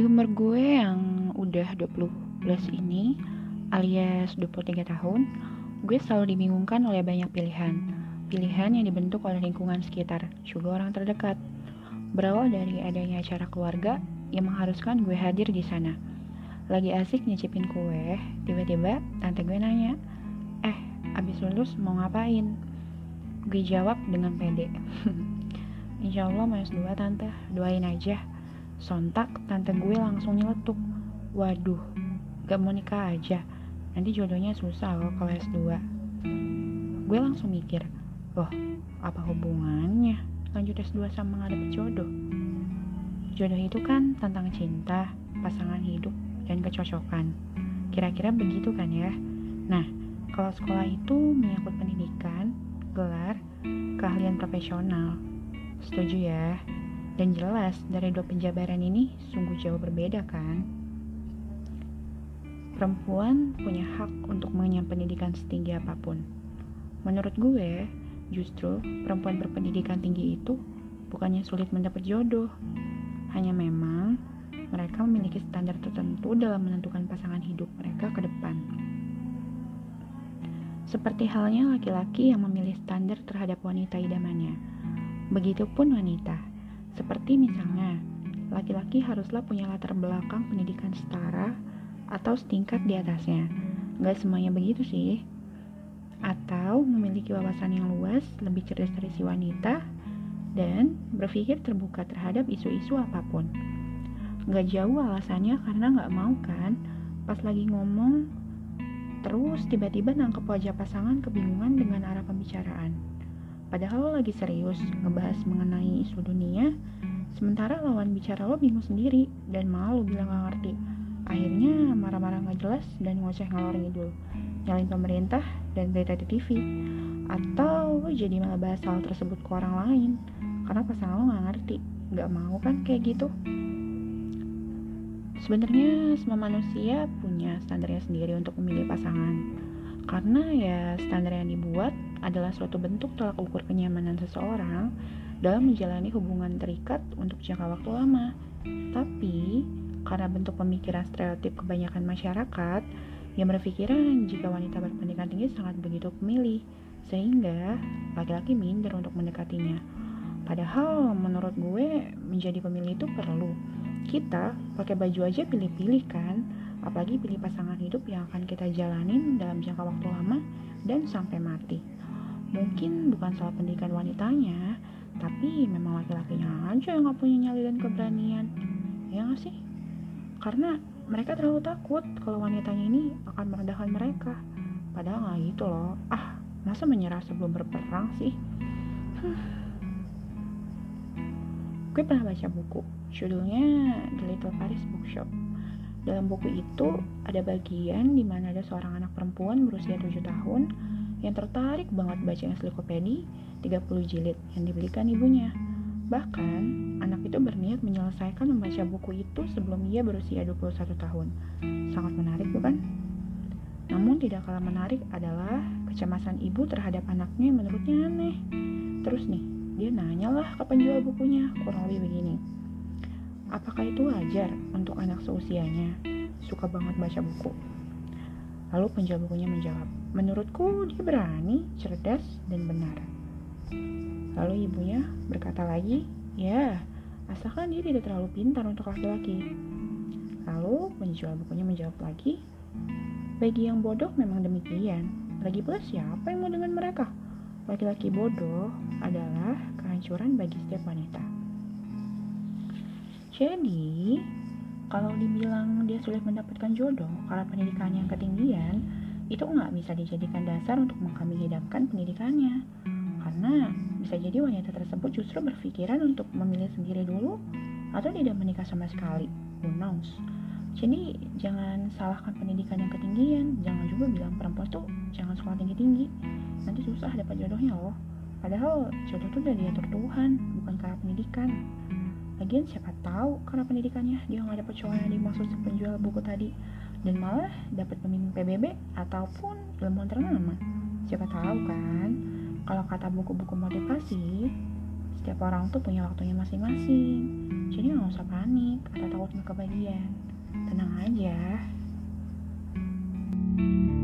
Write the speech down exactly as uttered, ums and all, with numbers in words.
umur gue yang udah dua puluh plus ini, alias dua puluh tiga tahun, gue selalu dibingungkan oleh banyak pilihan. Pilihan yang dibentuk oleh lingkungan sekitar, juga orang terdekat. Berawal dari adanya acara keluarga yang mengharuskan gue hadir di sana. Lagi asik nyicipin kue, tiba-tiba tante gue nanya, "Eh, abis lulus mau ngapain?" Gue jawab dengan pede, "Insya Allah mau S dua tante, doain aja." Sontak tante gue langsung nyeletuk, "Waduh, gak mau nikah aja, nanti jodohnya susah loh kalau S dua." Gue langsung mikir, loh apa hubungannya lanjut S dua sama gak dapet jodoh? Jodoh itu kan tentang cinta, pasangan hidup, dan kecocokan. Kira-kira begitu kan ya? Nah, kalau sekolah itu menyangkut pendidikan, gelar, keahlian profesional. Setuju ya? Dan jelas dari dua penjabaran ini sungguh jauh berbeda kan? Perempuan punya hak untuk mengenyam pendidikan setinggi apapun. Menurut gue, justru perempuan berpendidikan tinggi itu bukannya sulit mendapat jodoh. Hanya memang mereka memiliki standar tertentu dalam menentukan pasangan hidup mereka ke depan. Seperti halnya laki-laki yang memilih standar terhadap wanita idamannya. Begitupun wanita. Seperti misalnya, laki-laki haruslah punya latar belakang pendidikan setara atau setingkat di atasnya. Gak semuanya begitu sih. Atau memiliki wawasan yang luas, lebih cerdas dari si wanita, dan berpikir terbuka terhadap isu-isu apapun. Gak jauh alasannya karena gak mau kan, pas lagi ngomong, terus tiba-tiba nangkep wajah pasangan kebingungan dengan arah pembicaraan. Padahal lo lagi serius ngebahas mengenai isu dunia, sementara lawan bicara lo bingung sendiri dan malah lo bilang gak ngerti. Akhirnya marah-marah gak jelas dan ngoceh ngalor ngidul, nyalain pemerintah dan berita di T V. Atau lo jadi malah bahas hal tersebut ke orang lain karena pasangan lo gak ngerti. Gak mau kan kayak gitu? Sebenarnya semua manusia punya standarnya sendiri untuk memilih pasangan. Karena ya standar yang dibuat adalah suatu bentuk tolak ukur kenyamanan seseorang dalam menjalani hubungan terikat untuk jangka waktu lama. Tapi karena bentuk pemikiran stereotip kebanyakan masyarakat yang berpikiran jika wanita berpendidikan tinggi sangat begitu pemilih, sehingga laki-laki minder untuk mendekatinya. Padahal menurut gue menjadi pemilih itu perlu. Kita pakai baju aja pilih-pilih kan, apalagi pilih pasangan hidup yang akan kita jalanin dalam jangka waktu lama dan sampai mati. Mungkin bukan salah pendidikan wanitanya, tapi memang laki-lakinya aja yang gak punya nyali dan keberanian. Ya gak sih? Karena mereka terlalu takut kalau wanitanya ini akan merendahkan mereka. Padahal gak gitu loh. Ah, masa menyerah sebelum berperang sih? Hmm. Gue pernah baca buku, judulnya The Little Paris Bookshop. Dalam buku itu ada bagian di mana ada seorang anak perempuan berusia tujuh tahun yang tertarik banget baca ensiklopedi tiga puluh jilid yang dibelikan ibunya. Bahkan, anak itu berniat menyelesaikan membaca buku itu sebelum ia berusia dua puluh satu tahun. Sangat menarik bukan? Namun tidak kalah menarik adalah kecemasan ibu terhadap anaknya yang menurutnya aneh. Terus nih, dia nanyalah ke penjual bukunya, kurang lebih begini. Apakah itu wajar untuk anak seusianya? Suka banget baca buku. Lalu penjual bukunya menjawab, menurutku dia berani, cerdas, dan benar. Lalu ibunya berkata lagi, ya, asalkan dia tidak terlalu pintar untuk laki-laki. Lalu penjual bukunya menjawab lagi, bagi yang bodoh memang demikian. Lagi pula siapa yang mau dengan mereka? Laki-laki bodoh adalah kehancuran bagi setiap wanita. Jadi, kalau dibilang dia sulit mendapatkan jodoh karena pendidikannya yang ketinggian, itu nggak bisa dijadikan dasar untuk mengkambing hitamkan pendidikannya. Karena bisa jadi wanita tersebut justru berpikiran untuk memilih sendiri dulu atau tidak menikah sama sekali. Who knows? Jadi jangan salahkan pendidikan yang ketinggian, jangan juga bilang perempuan tuh jangan sekolah tinggi-tinggi, nanti susah dapat jodohnya loh. Padahal jodoh tuh udah diatur Tuhan, bukan karena pendidikan. Lagian siapa tahu karena pendidikannya dia nggak dapat cowok yang dimaksud si penjual buku tadi, dan malah dapat pemimpin P B B ataupun ilmuwan ternama. Siapa tahu kan? Kalau kata buku-buku motivasi, Setiap orang tuh punya waktunya masing-masing. Jadi nggak usah panik atau takut nggak kebagian. Tenang aja.